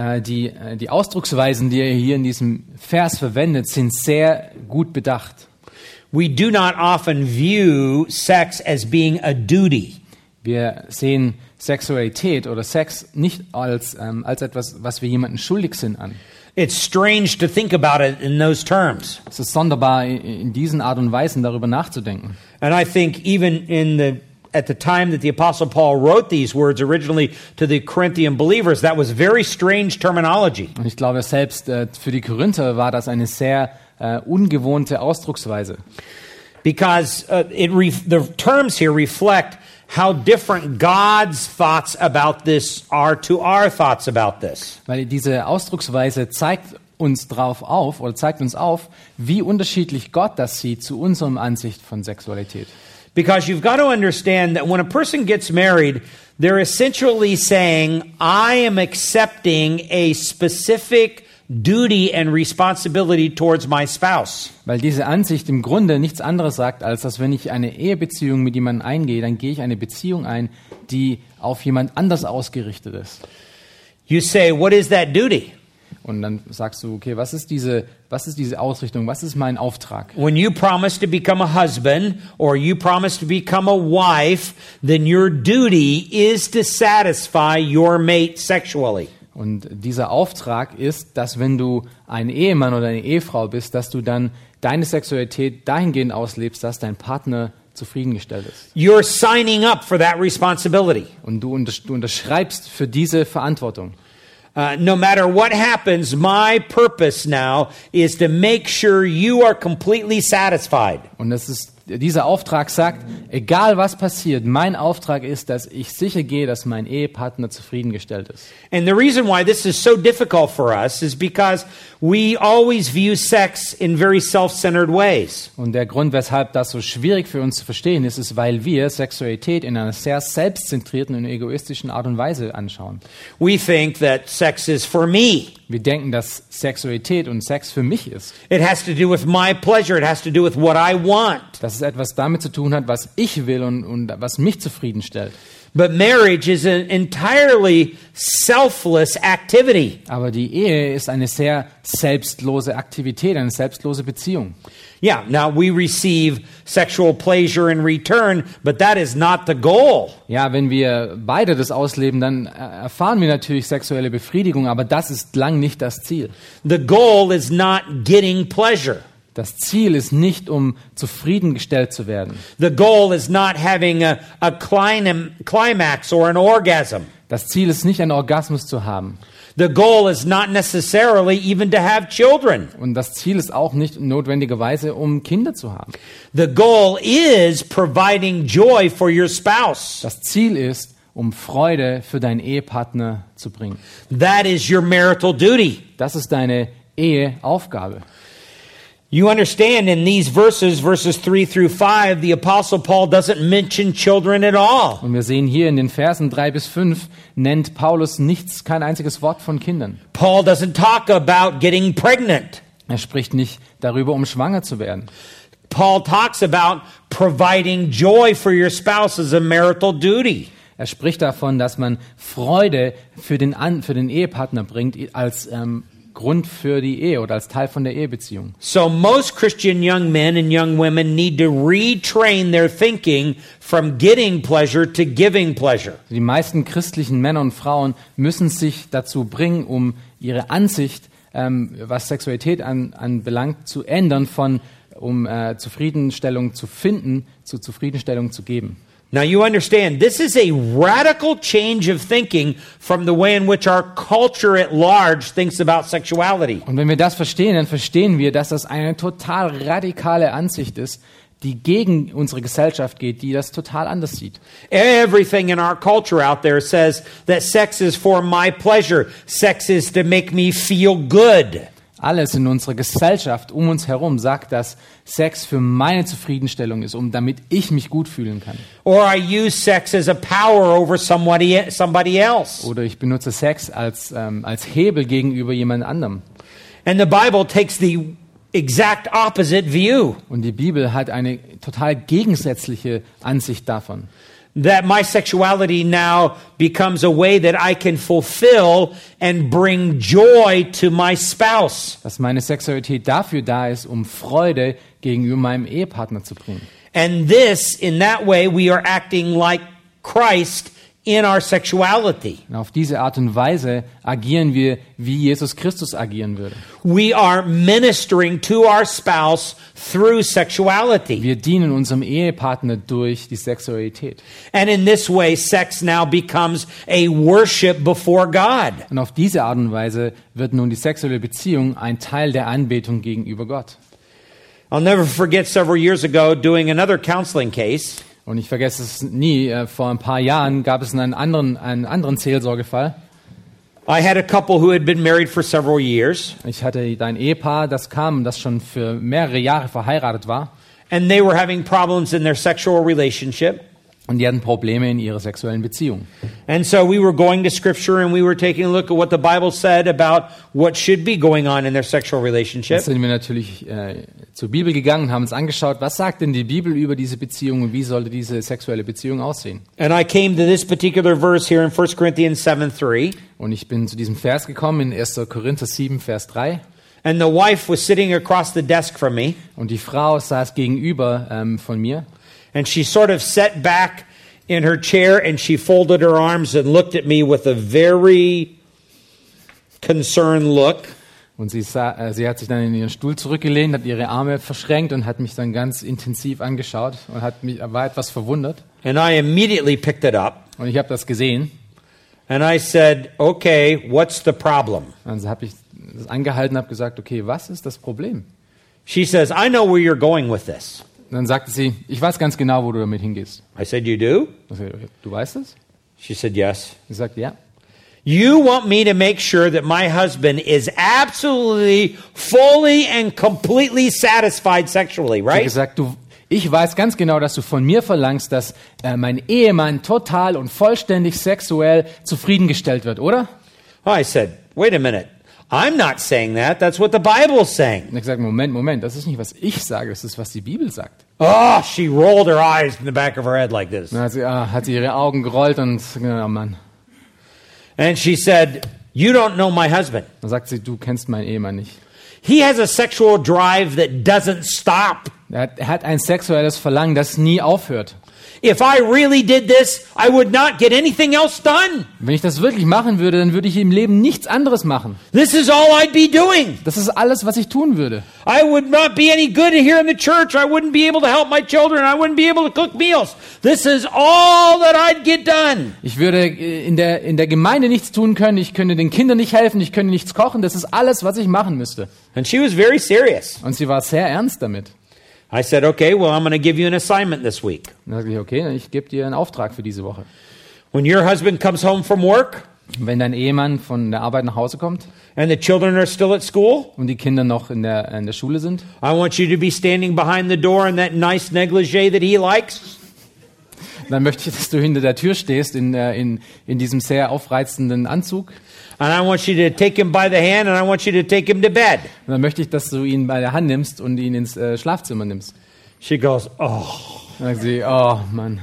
Die Ausdrucksweisen, die er hier in diesem Vers verwendet, sind sehr gut bedacht. We do not often view sex as being a duty. Wir sehen Sexualität oder Sex nicht als etwas, was wir jemandem schuldig sind, an. It's strange to think about it in those terms. Es ist sonderbar, in diesen Art und Weisen darüber nachzudenken. And I think even at the time that the Apostle Paul wrote these words originally to the Corinthian believers, that was very strange terminology. Und ich glaube, selbst für die Korinther war das eine sehr ungewohnte Ausdrucksweise. Because the terms here reflect how different God's thoughts about this are to our thoughts about this. Weil diese Ausdrucksweise zeigt uns auf, wie unterschiedlich Gott das sieht zu unserer Ansicht von Sexualität. Because you've got to understand that when a person gets married, they're essentially saying, I am accepting a specific duty and responsibility towards my spouse. Weil diese Ansicht im Grunde nichts anderes sagt, als dass wenn ich eine Ehebeziehung mit jemandem eingehe, dann gehe ich eine Beziehung ein, die auf jemand anders ausgerichtet ist. You say, what is that duty? Und dann sagst du, okay, was ist diese Ausrichtung? Was ist mein Auftrag? When you promise to become a husband or you promise to become a wife, then your duty is to satisfy your mate sexually. Und dieser Auftrag ist, dass wenn du ein Ehemann oder eine Ehefrau bist, dass du dann deine Sexualität dahingehend auslebst, dass dein Partner zufriedengestellt ist. You're signing up for that responsibility. Und du unterschreibst für diese Verantwortung. No matter what happens, my purpose now is to make sure you are completely satisfied. Und dieser Auftrag sagt, egal was passiert, mein Auftrag ist, dass ich sicher gehe, dass mein Ehepartner zufriedengestellt ist. And the reason why this is so difficult for us is because we always view sex in very self-centered ways. Und der Grund, weshalb das so schwierig für uns zu verstehen ist, ist, weil wir Sexualität in einer sehr selbstzentrierten und egoistischen Art und Weise anschauen. We think that sex is for me. Wir denken, dass Sexualität und Sex für mich ist. It has to do with my pleasure. It has to do with what I want. Dass es etwas damit zu tun hat, was ich will und was mich zufriedenstellt. But marriage is an entirely selfless activity. Aber die Ehe ist eine sehr selbstlose Aktivität, eine selbstlose Beziehung. Yeah, now we receive sexual pleasure in return, but that is not the goal. Ja, wenn wir beide das ausleben, dann erfahren wir natürlich sexuelle Befriedigung, aber das ist lang nicht das Ziel. The goal is not getting pleasure. Das Ziel ist nicht, um zufriedengestellt zu werden. The goal is not having a climax or an orgasm. Das Ziel ist nicht, einen Orgasmus zu haben. The goal is not necessarily even to have children. Und das Ziel ist auch nicht notwendigerweise, um Kinder zu haben. The goal is providing joy for your spouse. Das Ziel ist, um Freude für deinen Ehepartner zu bringen. That is your marital duty. Das ist deine Eheaufgabe. You understand in these verses 3 through 5, the Apostle Paul doesn't mention children at all. Und wir sehen hier in den Versen 3 bis 5 nennt Paulus kein einziges Wort von Kindern. Paul doesn't talk about getting pregnant. Er spricht nicht darüber, um schwanger zu werden. Paul talks about providing joy for your spouse as a marital duty. Er spricht davon, dass man Freude für den Ehepartner bringt als Grund für die Ehe oder als Teil von der Ehebeziehung. So most Christian young men and young women need to retrain their thinking from getting pleasure to giving pleasure. Die meisten christlichen Männer und Frauen müssen sich dazu bringen, um ihre Ansicht, was Sexualität anbelangt, zu ändern, um Zufriedenstellung zu finden, zu Zufriedenstellung zu geben. Now you understand, this is a radical change of thinking from the way in which our culture at large thinks about sexuality. Und wenn wir das verstehen, dann verstehen wir, dass das eine total radikale Ansicht ist, die gegen unsere Gesellschaft geht, die das total anders sieht. Everything in our culture out there says that sex is for my pleasure. Sex is to make me feel good. Alles in unserer Gesellschaft um uns herum sagt, dass Sex für meine Zufriedenstellung ist, damit ich mich gut fühlen kann. Or I use sex as a power over somebody else. Oder ich benutze Sex als Hebel gegenüber jemand anderem. And the Bible takes the exact opposite view. Und die Bibel hat eine total gegensätzliche Ansicht davon. That my sexuality now becomes a way that I can fulfill and bring joy to my spouse. Dass meine Sexualität dafür da ist, um Freude gegenüber meinem Ehepartner zu bringen. And in that way, we are acting like Christ in our sexuality. Und auf diese Art und Weise agieren wir, wie Jesus Christus agieren würde. We are ministering to our spouse through sexuality. Wir dienen unserem Ehepartner durch die Sexualität. And in this way, sex now becomes a worship before God. Und auf diese Art und Weise wird nun die sexuelle Beziehung ein Teil der Anbetung gegenüber Gott. I'll never forget several years ago doing another counseling case. Und ich vergesse es nie, vor ein paar Jahren gab es einen anderen Seelsorgefall. I had a couple who had been married for several years. Ich hatte ein Ehepaar, das schon für mehrere Jahre verheiratet war. And they were having problems in their sexual relationship. Und die hatten Probleme in ihrer sexuellen Beziehung. And so we were going to Scripture and we were taking a look at what the Bible said about what should be going on in their sexual relationship. Dann sind wir natürlich zur Bibel gegangen und haben uns angeschaut, was sagt denn die Bibel über diese Beziehung und wie sollte diese sexuelle Beziehung aussehen. And I came to this particular verse here in 1 Corinthians 7:3. Und ich bin zu diesem Vers gekommen in 1. Korinther 7, Vers 3. And the wife was sitting across the desk from me. Und die Frau saß gegenüber von mir. And she sort of sat back in her chair and she folded her arms and looked at me with a very concerned look. Und sie hat sich dann in ihren Stuhl zurückgelehnt, hat ihre Arme verschränkt und hat mich dann ganz intensiv angeschaut und war etwas verwundert. And I immediately picked it up. Und ich habe das gesehen. And I said, okay, what's the problem? Also habe ich das angehalten und habe gesagt, okay, was ist das Problem? She says, I know where you're going with this. Und dann sagte sie, ich weiß ganz genau, wo du damit hingehst. I said, you do? Ich sagte, du weißt es? She said, yes. Sie sagte, ja. You want me to make sure that my husband is absolutely, fully and completely satisfied sexually, Sie hat right? gesagt, ich weiß ganz genau, dass du von mir verlangst, dass mein Ehemann total und vollständig sexuell zufriedengestellt wird, oder? I said, wait a minute. I'm not saying that. That's what the Bible's saying. Und ich sagte, Moment, das ist nicht, was ich sage, das ist, was die Bibel sagt. Oh, she rolled her eyes in the back of her head like this. Dann hat sie ihre Augen gerollt und oh Mann. And she said, you don't know my husband. Dann sagt sie, du kennst meinen Ehemann nicht. He has a sexual drive that doesn't stop. Er hat ein sexuelles Verlangen, das nie aufhört. If I really did this, I would not get anything else done. Wenn ich das wirklich machen würde, dann würde ich im Leben nichts anderes machen. This is all I'd be doing. Das ist alles, was ich tun würde. I would not be any good here in the church. I wouldn't be able to help my children. I wouldn't be able to cook meals. This is all that I'd get done. Ich würde in der Gemeinde nichts tun können. Ich könnte den Kindern nicht helfen. Ich könnte nichts kochen. Das ist alles, was ich machen müsste. And she was very serious. Und sie war sehr ernst damit. I said, okay, well, I'm going to give you an assignment this week. Dann sagte ich, okay, ich gebe dir einen Auftrag für diese Woche. When your husband comes home from work Wenn dein Ehemann von der Arbeit nach Hause kommt and the children are still at school, und die Kinder noch in der Schule sind, I want you to be standing behind the door in that nice negligee that he likes. dann möchte ich, dass du hinter der Tür stehst in diesem sehr aufreizenden Anzug. And I want you to take him by the hand and I want you to take him to bed. Und dann möchte ich, dass du ihn bei der Hand nimmst und ihn ins Schlafzimmer nimmst. She goes, oh. Dann sagt sie, oh Mann.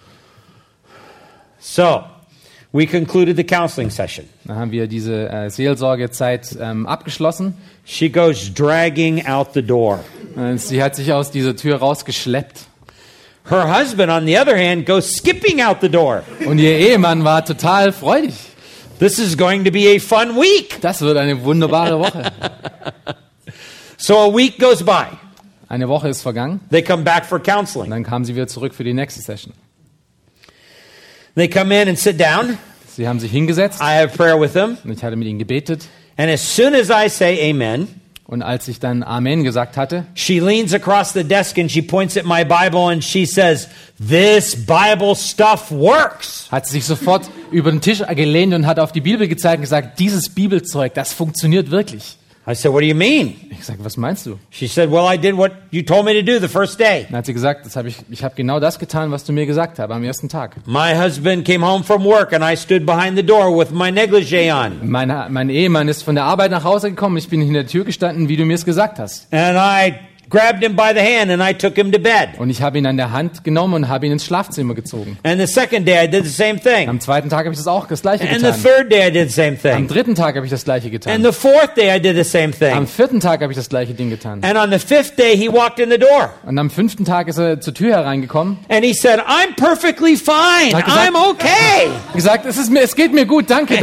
So, we concluded the counseling session. Dann haben wir diese Seelsorgezeit abgeschlossen. She goes dragging out the door. Sie hat sich aus dieser Tür rausgeschleppt. Her husband, on the other hand, goes skipping out the door. Und ihr Ehemann war total freudig. This is going to be a fun week. Das wird eine wunderbare Woche. So a week goes by. Eine Woche ist vergangen. They come back for Und counseling. dann kamen sie wieder zurück für die nächste Session. They come in and sit down. Sie haben sich hingesetzt I have prayer with them. und ich hatte mit ihnen gebetet. And as soon as I say amen, Und als ich dann Amen gesagt hatte, she leans across the desk and she points at my Bible and she says, "This Bible stuff works." hat sie sich sofort über den Tisch gelehnt und hat auf die Bibel gezeigt und gesagt, dieses Bibelzeug, das funktioniert wirklich. I said, "What do you mean?" Ich sagte, was meinst du? She said, "Well, I did what you told me to do the first day. Dann hat sie gesagt, ich habe genau das getan, was du mir gesagt hast am ersten Tag. My husband came home from work and I stood behind the door with my negligee on. Mein Ehemann ist von der Arbeit nach Hause gekommen, ich bin hinter der Tür gestanden, wie du mir es gesagt hast. And I grabbed him by the hand and I took him to bed. Und ich habe ihn an der Hand genommen und habe ihn ins Schlafzimmer gezogen. And the second day I did the same thing. Am zweiten Tag habe ich das Gleiche And the getan. third day I did the same Am thing. dritten Tag habe ich das Gleiche And getan. the fourth day I did the same Am thing. vierten Tag habe ich das gleiche Ding getan. And on the fifth day he walked in the door. Und am 5. Tag ist er zur Tür hereingekommen. And he said, "I'm perfectly fine. Hat gesagt- I'm okay." Gesagt, es geht mir gut, danke.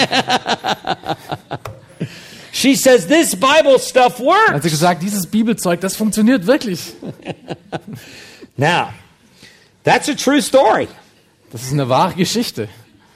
She says, "This Bible stuff Hat works." sie gesagt, dieses Bibelzeug, das funktioniert wirklich. Now, that's a true story. Das ist eine wahre Geschichte.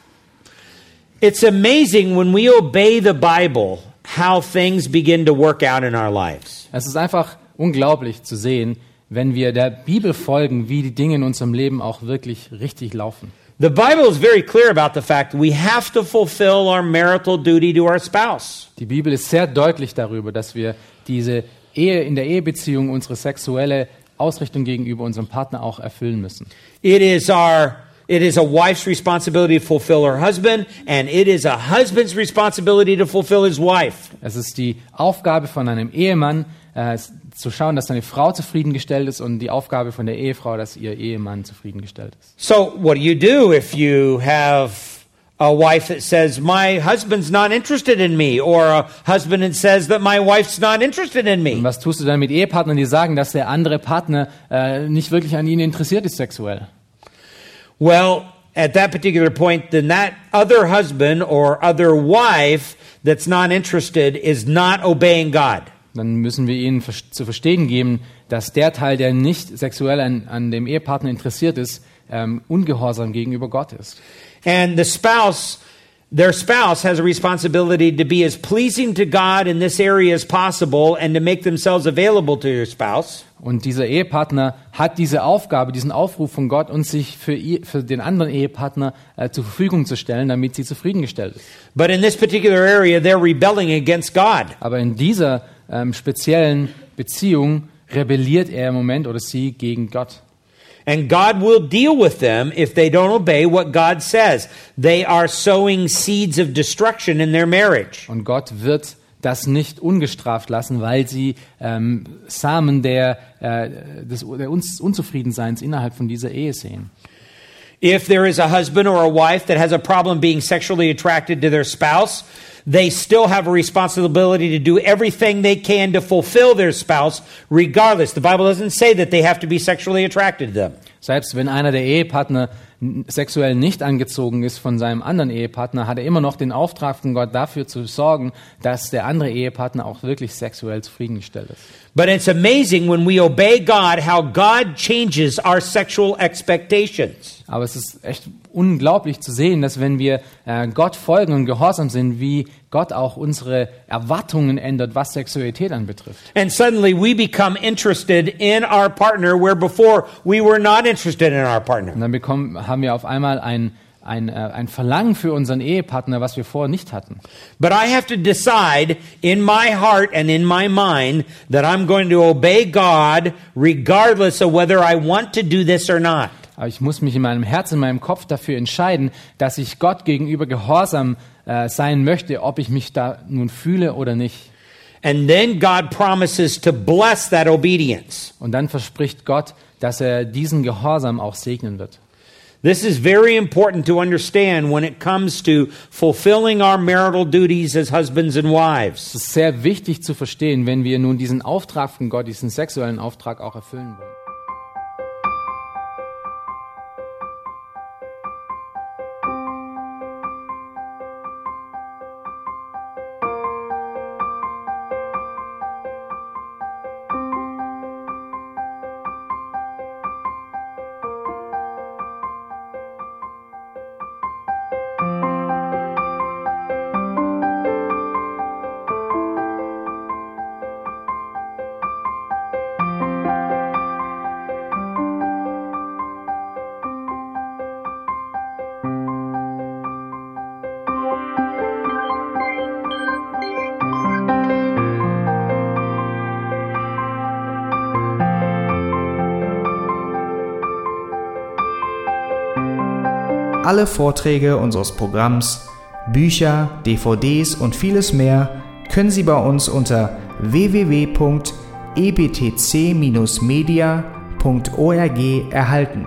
It's amazing when we obey the Bible how things begin to work out in our lives. Es ist einfach unglaublich zu sehen, wenn wir der Bibel folgen, wie die Dinge in unserem Leben auch wirklich richtig laufen. The Bible is very clear about the fact we have to fulfill our marital duty to our spouse. Die Bibel ist sehr deutlich darüber, dass wir in der Ehebeziehung unsere sexuelle Ausrichtung gegenüber unserem Partner auch erfüllen müssen. It is a wife's responsibility to fulfill her husband, and it is a husband's responsibility to fulfill his wife. Es ist die Aufgabe von einem Ehemann, zu schauen, dass seine Frau zufriedengestellt ist, und die Aufgabe von der Ehefrau, dass ihr Ehemann zufriedengestellt ist. So, what do you do if you have a wife that says, "My husband's not interested in me," or a husband that says that my wife's not interested in Und me? was tust du dann mit Ehepartnern, die sagen, dass der andere Partner nicht wirklich an ihnen interessiert ist sexuell? Well, at that particular point, then that other husband or other wife that's not interested is not obeying God. Dann müssen wir ihnen zu verstehen geben, dass der Teil, der nicht sexuell an dem Ehepartner interessiert ist, ungehorsam gegenüber Gott ist. And their spouse has a responsibility to be as pleasing to God in this area as possible and to make themselves available to your spouse. Und dieser Ehepartner hat diese Aufgabe, diesen Aufruf von Gott, und sich für den anderen Ehepartner zur Verfügung zu stellen, damit sie zufriedengestellt ist. But in this particular area, they're rebelling against God. Aber in dieser speziellen Beziehung rebelliert er im Moment oder sie gegen Gott. And God will deal with them if they don't obey what God says. They are sowing seeds of destruction in their marriage. Und Gott wird das nicht ungestraft lassen, weil sie Samen des Unzufriedenseins innerhalb von dieser Ehe sehen. If there is a husband or a wife that has a problem being sexually attracted to their spouse, they still have a responsibility to do everything they can to fulfill their spouse, regardless. The Bible doesn't say that they have to be sexually attracted to them. Selbst wenn einer der Ehepartner sexuell nicht angezogen ist von seinem anderen Ehepartner, hat er immer noch den Auftrag von Gott, dafür zu sorgen, dass der andere Ehepartner auch wirklich sexuell zufriedengestellt ist. But it's amazing when we obey God, how God changes our sexual expectations. Aber es ist echt unglaublich zu sehen, dass wenn wir Gott folgen und gehorsam sind, wie Gott auch unsere Erwartungen ändert, was Sexualität anbetrifft. And suddenly we become interested in our partner where before we were not interested in our partner. Und dann haben wir auf einmal ein ein Verlangen für unseren Ehepartner, was wir vorher nicht hatten. But I have to decide in my heart and in my mind that I'm going to obey God regardless of whether I want to do this or not. Aber ich muss mich in meinem Herzen, in meinem Kopf dafür entscheiden, dass ich Gott gegenüber gehorsam sein möchte, ob ich mich da nun fühle oder nicht. And then God promises to bless that obedience. Und dann verspricht Gott, dass er diesen Gehorsam auch segnen wird. This is very important to understand when it comes to fulfilling our marital duties as husbands and wives. Es ist sehr wichtig zu verstehen, wenn wir nun diesen Auftrag von Gott, diesen sexuellen Auftrag auch erfüllen wollen. Alle Vorträge unseres Programms, Bücher, DVDs und vieles mehr können Sie bei uns unter www.ebtc-media.org erhalten.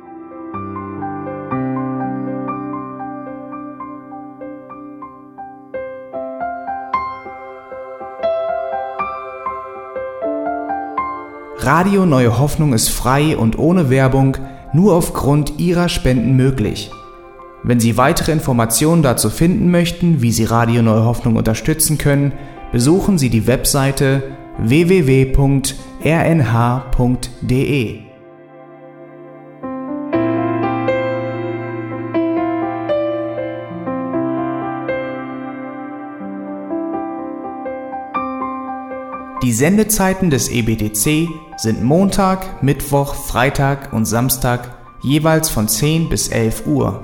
Radio Neue Hoffnung ist frei und ohne Werbung nur aufgrund Ihrer Spenden möglich. Wenn Sie weitere Informationen dazu finden möchten, wie Sie Radio Neue Hoffnung unterstützen können, besuchen Sie die Webseite www.rnh.de. Die Sendezeiten des EBTC sind Montag, Mittwoch, Freitag und Samstag jeweils von 10 bis 11 Uhr.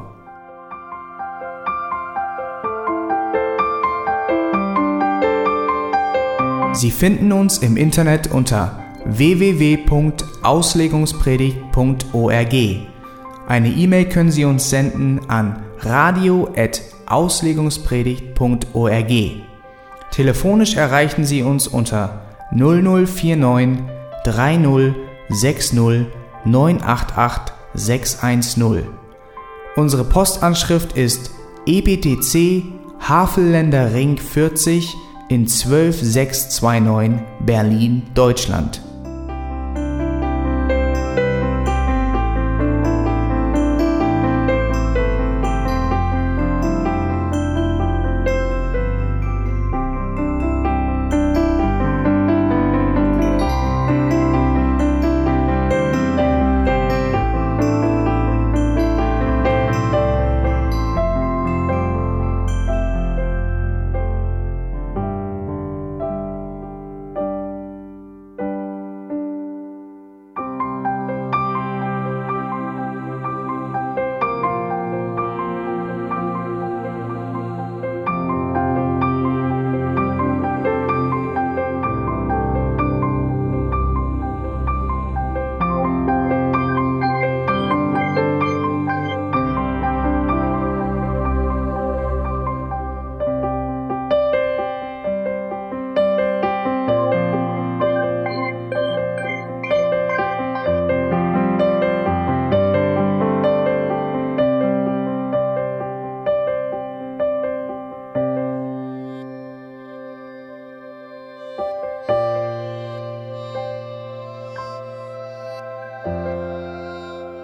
Sie finden uns im Internet unter www.auslegungspredigt.org. Eine E-Mail können Sie uns senden an radio@auslegungspredigt.org. Telefonisch erreichen Sie uns unter 0049 30 60 988 610. Unsere Postanschrift ist EBTC Havelländer Ring 40 in 12629 Berlin, Deutschland.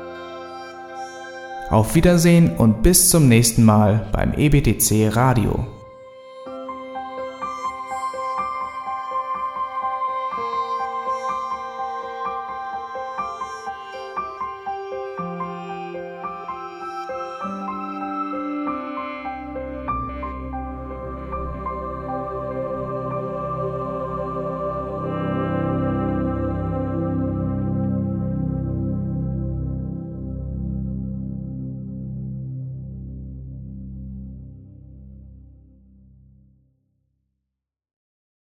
Auf Wiedersehen und bis zum nächsten Mal beim EBTC Radio.